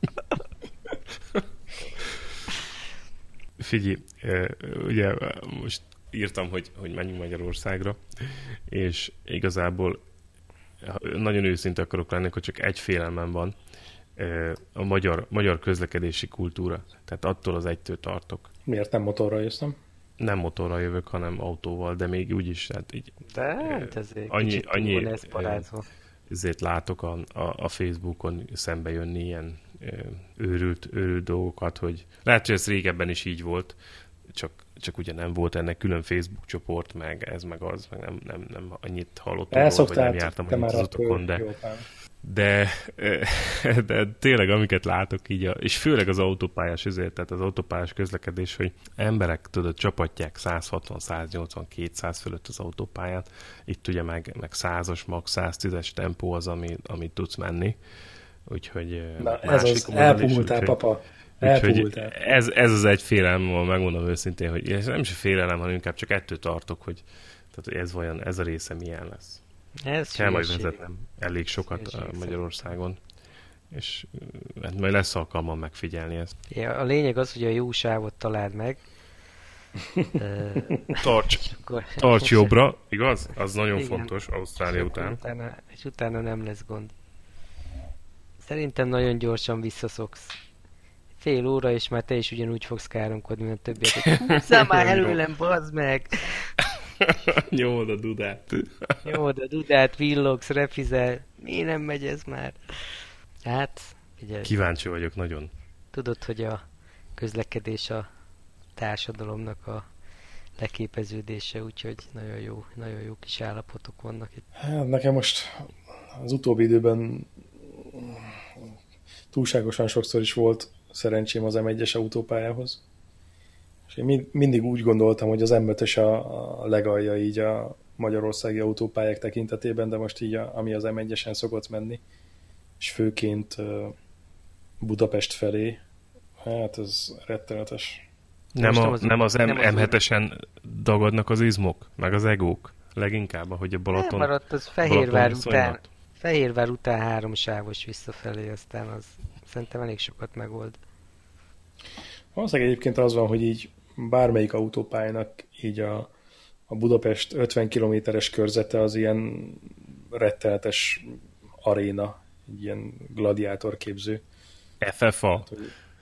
Figyelj, ugye most írtam, hogy menjünk Magyarországra, és igazából nagyon őszinte akarok lenni, hogy csak egy félelmem van, a magyar közlekedési kultúra. Tehát attól az egytől tartok. Miért nem motorra jöttem? Nem motorral jövök, hanem autóval, de még úgyis, hát így... De hát ezért annyi ezért látok a Facebookon szembe jönni ilyen őrült dolgokat, hogy lehet, hogy ez régebben is így volt, csak ugye nem volt ennek külön Facebook csoport, meg ez, meg az, meg nem annyit hallottam róla, vagy nem jártam annyit az utakon, de tényleg amiket látok így, és főleg az autópályás ezért, tehát az autópályás közlekedés, hogy emberek, tudod, csapatják 160, 180, 200 fölött az autópályán, itt ugye meg 100-as, max 110-es tempó az, amit tudsz menni, úgyhogy... Na, ez az, elpuhultál, papa. Elpuhultál. Ez az egy félelem, megmondom őszintén, hogy ez nem is félelem, hanem inkább csak ettől tartok, hogy ez a része milyen lesz. Kell majd vezetnem elég sokat Magyarországon, és hát majd lesz alkalmam megfigyelni ezt. Ja, a lényeg az, hogy a jó sávot találd meg. Tarts jobbra, igaz? Az nagyon fontos Ausztrália után. Utána nem lesz gond. Szerintem nagyon gyorsan visszaszoksz. Fél óra, és már te is ugyanúgy fogsz káromkodni, mint a többiek. Húzzál már előlem, bazd meg! Nyomod a dudát. Villogsz, refizel. Mi nem megy ez már? Hát, figyelj. Kíváncsi vagyok nagyon. Tudod, hogy a közlekedés a társadalomnak a leképeződése, úgyhogy nagyon jó kis állapotok vannak itt. Hát nekem most az utóbbi időben túlságosan sokszor is volt szerencsém az M1-es autópályához. És én mindig úgy gondoltam, hogy az M5-ös a legalja így a magyarországi autópályák tekintetében, de most így ami az M1-esen szokott menni, és főként Budapest felé, hát ez rettenetes. Nem az M7-esen dagadnak az izmok, meg az egók leginkább, ahogy a Balaton... Nem maradt, az Fehérvár után 3 sávos visszafelé, aztán az szerintem elég sokat megold. Valószínűleg egyébként az van, hogy így bármelyik autópályának így a Budapest 50 kilométeres körzete az ilyen rettenetes aréna, egy ilyen gladiátorképző. FFA. Hát,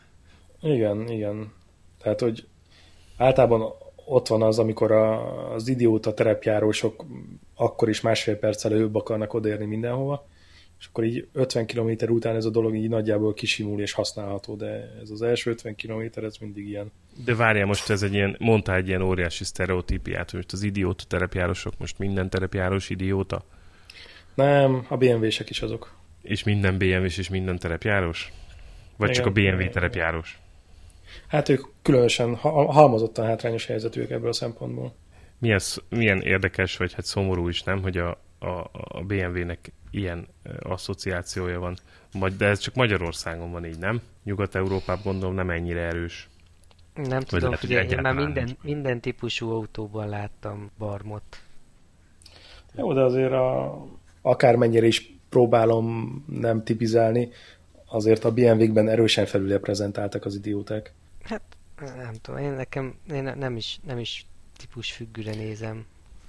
igen. Tehát, hogy általában ott van az, amikor az idióta terepjárósok akkor is másfél perccel előbb akarnak odérni mindenhova, és akkor így 50 km után ez a dolog így nagyjából kisimul és használható, de ez az első 50 km, ez mindig ilyen. De várjál, most ez mondtál egy ilyen óriási sztereotípiát, hogy most az idióta terepjárosok, most minden terepjárós idióta? Nem, a BMW-sek is azok. És minden BMW-s és minden terepjárós? Vagy igen, csak a BMW terepjárós? Hát ők különösen halmozottan hátrányos helyzetűek ebből a szempontból. Milyen érdekes, vagy hát szomorú is, nem, hogy a BMW-nek ilyen asszociációja van. De ez csak Magyarországon van így, nem? Nyugat-Európában gondolom nem ennyire erős. Nem tudom, hogy én már minden típusú autóban láttam barmot. Jó, de azért akármennyire is próbálom nem tipizálni, azért a BMW-kben erősen felülreprezentáltak az idióták. Hát nem tudom, én nem is típus függőre nézem.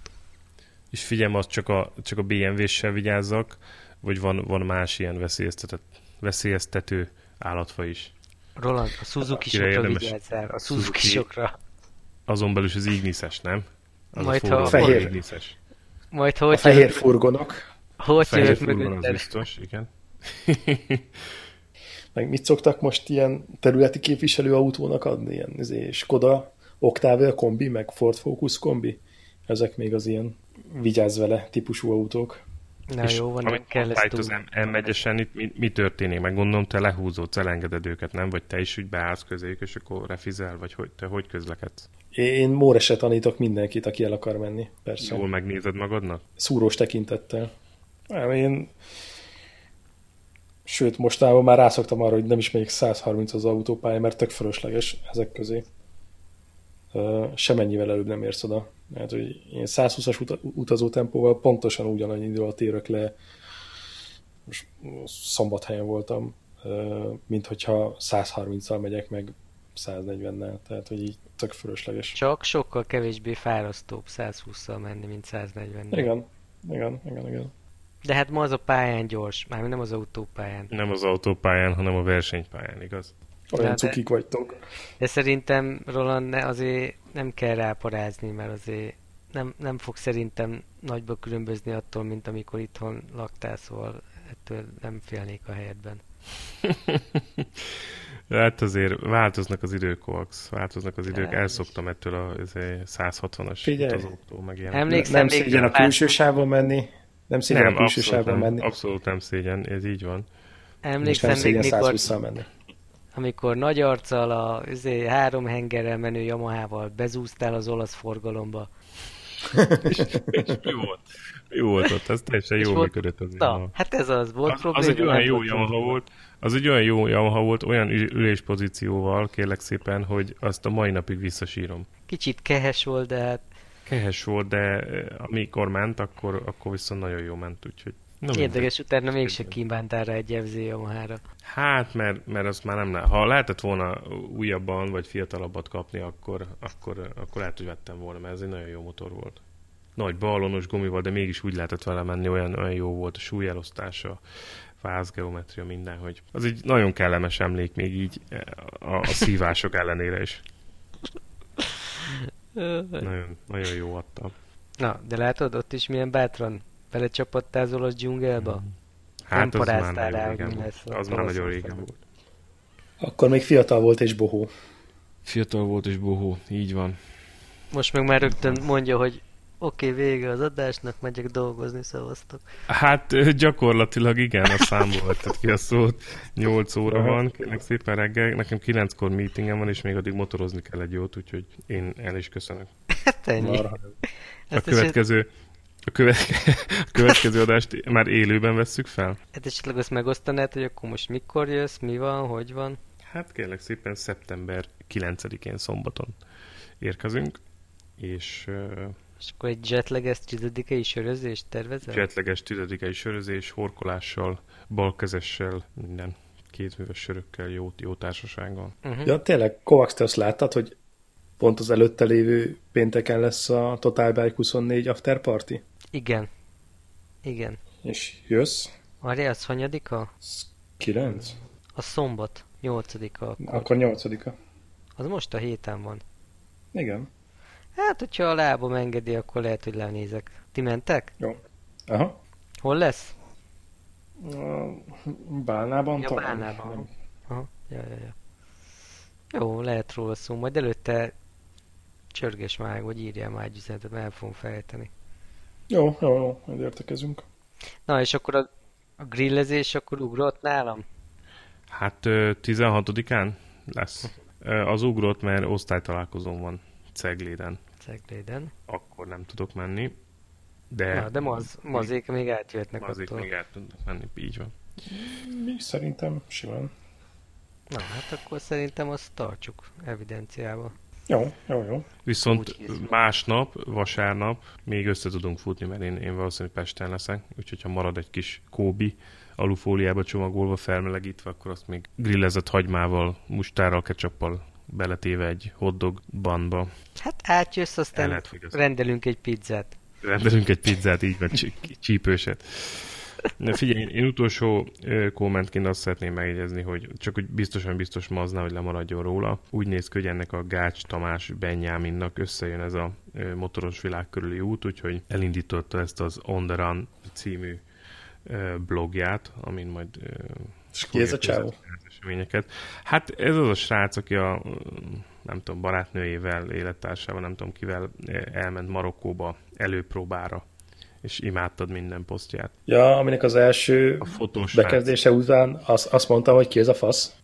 És figyelj, azt csak a BMW-ssel vigyázzak, vagy van más ilyen veszélyeztető állatfa is? Roland, a Suzuki-sokra vigyázzál, a Suzuki-sokra. Azon belül is az Ignis-es, nem? Az majd a fehér Ignis-es. A fehér furgonok. Hogy jövök mögötted? Biztos, igen. Meg mit szoktak most ilyen területi képviselő autónak adni? Ilyen Skoda Octavia kombi, meg Ford Focus kombi? Ezek még az ilyen vigyázz vele típusú autók. Na És jó, van, nem amit kell ezt az M1-esen itt mi történik? Meg gondolom, te lehúzódsz, elengeded őket, nem? Vagy te is úgy beállsz közéjük, és akkor refizel? Vagy te hogy közlekedsz? Én Móresre tanítok mindenkit, aki el akar menni, persze. Jól megnézed magadnak? Szúrós tekintettel. Én... Sőt, mostában már rászoktam arra, hogy nem is megyek 130 az autópálya, mert tök fölösleges ezek közé. Semennyivel előbb nem érsz oda. Mert hogy én 120-as utazótempóval pontosan ugyanannyi idő alatt érök le, most Szombathelyen voltam, mint hogyha 130-al megyek meg 140-nel. Tehát, hogy így tök fölösleges. Csak sokkal kevésbé fárasztóbb 120-szal menni, mint 140-nel. Igen. De hát ma az a pályán gyors, mármint nem az autópályán. Nem az autópályán, hanem a versenypályán, igaz? Olyan cukik vagytok. De szerintem, Roland, azért nem kell ráparázni, mert azért nem fog szerintem nagyba különbözni attól, mint amikor itthon laktál, szóval ettől nem félnék a helyedben. Hát azért változnak az idők, Kovacs, változnak az idők. Elszoktam ettől a 160-as utazóktól, meg ilyen. Nem szégyen a külső sávon menni. Nem szégyen a külső sávon menni. Abszolút nem szégyen, ez így van. Emlékszem még, amikor nagy arccal a 3 hengerrel menő Yamahával bezúztál az olasz forgalomba. és mi volt ott? Ez teljesen jól működött az Yamaha. Hát ez az volt probléma. Az egy olyan jó Yamaha volt, olyan üléspozícióval, kérlek szépen, hogy azt a mai napig visszasírom. Kicsit kehes volt, de hát... Kehes volt, de amikor ment, akkor viszont nagyon jó ment, úgyhogy... Érdekes, utána mégse kívántál rá egy FZ Yamahára. Hát, mert azt már nem lehet. Ha lehetett volna újabban, vagy fiatalabbat kapni, akkor lehet, hogy vettem volna, mert ez egy nagyon jó motor volt. Nagy ballonos gumival, de mégis úgy lehetett vele menni, olyan jó volt a súlyelosztása, fázgeometria, minden, hogy az egy nagyon kellemes emlék még így a szívások ellenére is. Nagyon, nagyon jó adta. Na, de látod, ott is milyen bátran belecsapadtál az olasz dzsungelba? Hát nem az már nagyon régen volt. Az már nagyon régen volt. Akkor még fiatal volt és bohó. Fiatal volt és bohó, így van. Most meg már rögtön mondja, hogy oké, vége az adásnak, megyek dolgozni, szavaztok. Hát gyakorlatilag igen, a számból tehát ki a szót. 8 óra van, kérlek szépen reggel. Nekem 9-kor meetingem van, és még addig motorozni kell egy jót, úgyhogy én el is köszönök. Hát ennyi. A következő adást már élőben vesszük fel? Hát esetleg azt megosztanád, hogy akkor most mikor jössz, mi van, hogy van? Hát kérlek szépen szeptember 9-én szombaton érkezünk, és akkor egy jetleges 10-i sörözést tervezel? Jetleges 10-i sörözés, horkolással, balkezessel, minden kézműves sörökkel, jó társasággal. Ja, tényleg, Kovacs, te azt láttad, hogy pont az előtte lévő pénteken lesz a Total Bike 24 After Party? Igen. És jössz? Várjál, az hanyadika? 9? A szombat, 8-a. Akkor 8-a. Az most a héten van. Igen. Hát, hogyha a lábam engedi, akkor lehet, hogy lenézek. Ti mentek? Jó. Aha. Hol lesz? Bálnában? Ja, Bálnában. Aha. Ja. Jó, lehet róla szó. Majd előtte csörges már, vagy írjál már egy üzenetet, mert el fogom felejteni. Jó, majd értekezünk. Na, és akkor a grillezés akkor ugrott nálam? Hát 16-án lesz. Az ugrott, mert osztálytalálkozón van Cegléden. Akkor nem tudok menni. De mazék még átjöhetnek mazék attól. még át tudnak menni, így van. Mi szerintem simán. Na, hát akkor szerintem azt tartsuk evidenciába. Jó. Viszont másnap, vasárnap még össze tudunk futni, mert én valószínűleg Pesten leszek, úgyhogy ha marad egy kis kóbi alufóliába csomagolva, felmelegítve, akkor azt még grillezett hagymával, mustárral, ketchuppal beletéve egy hotdog banba. Hát átjössz, aztán rendelünk egy pizzát. Így van, csípőset. Figyelj, én utolsó kommentként azt szeretném megjegyezni, hogy csak úgy biztos mazna, hogy lemaradjon róla. Úgy néz ki, hogy ennek a Gács Tamás Benyáminnak összejön ez a motoros világ körüli út, úgyhogy elindította ezt az On The Run című blogját, amin majd és ki ez a csávó? Eseményeket. Hát ez az a srác, aki a nem tudom, barátnőjével, élettársával, nem tudom kivel elment Marokkóba előpróbára, és imádtad minden posztját. Ja, aminek az első bekezdése után azt mondta, hogy ki ez a fasz.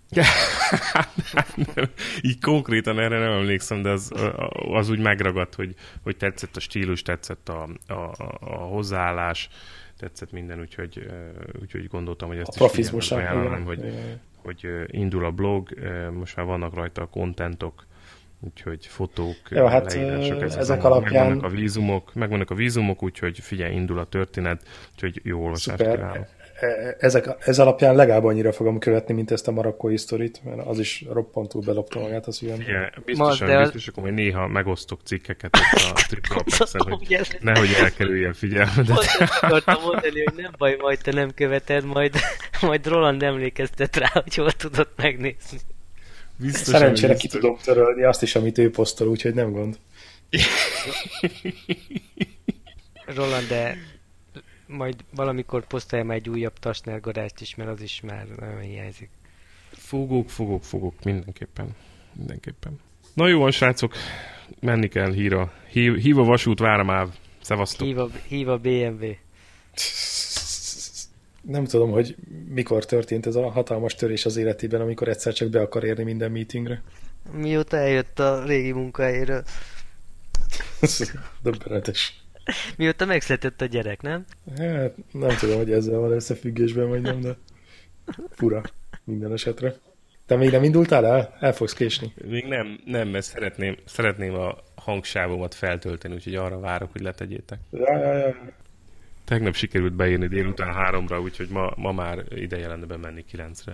Így konkrétan erre nem emlékszem, de az úgy megragadt, hogy tetszett a stílus, tetszett a hozzáállás, tetszett minden, úgyhogy gondoltam, hogy ezt a is figyelmet ajánlom, hogy indul a blog, most már vannak rajta a kontentok, úgyhogy fotók, jó, hát leírások, ezek alapján megvannak a vízumok, úgyhogy figyelj, indul a történet, úgyhogy jó olvasást kívánok. Ez alapján legalább annyira fogom követni, mint ezt a marokkói sztorit, mert az is roppantul belopta magát a szívem. Igen, biztosan, hogy néha megosztok cikkeket ott a TripleApex-en, hogy nehogy elkerüljen figyelmedet. Azt akartam mondani, hogy nem baj, majd te nem követed, majd Roland emlékeztet rá, hogy hol tudod megnézni. Szerencsére ki tudom törölni azt is, amit ő posztol, úgyhogy nem gond. Roland, de majd valamikor posztolja egy újabb tasnergadást is, mert az is már nagyon hiányzik. Fogok, mindenképpen. Na jó van, srácok, menni kell híra. Hív a vasút, váramáv. Szevasztok. Hív a BMW. Nem tudom, hogy mikor történt ez a hatalmas törés az életében, amikor egyszer csak be akar érni minden meetingre. Mióta eljött a régi munkahelyéről. Döbbenetes. Mióta megszületett a gyerek, nem? Hát, nem tudom, hogy ezzel van összefüggésben, vagy nem, de fura minden esetre. Te még nem indultál el? El fogsz késni? Még nem, mert szeretném a hangsávomat feltölteni, úgyhogy arra várok, hogy letegyétek. Ja. Tegnap sikerült beírni délután 3-ra, úgyhogy ma már ideje lenne bemenni 9-re.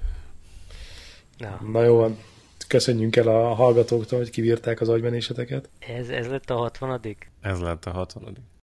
Na jó van. Köszönjünk el a hallgatóktól, hogy kivírták az agymenéseteket. Ez lett a 60. Ez lett a 60.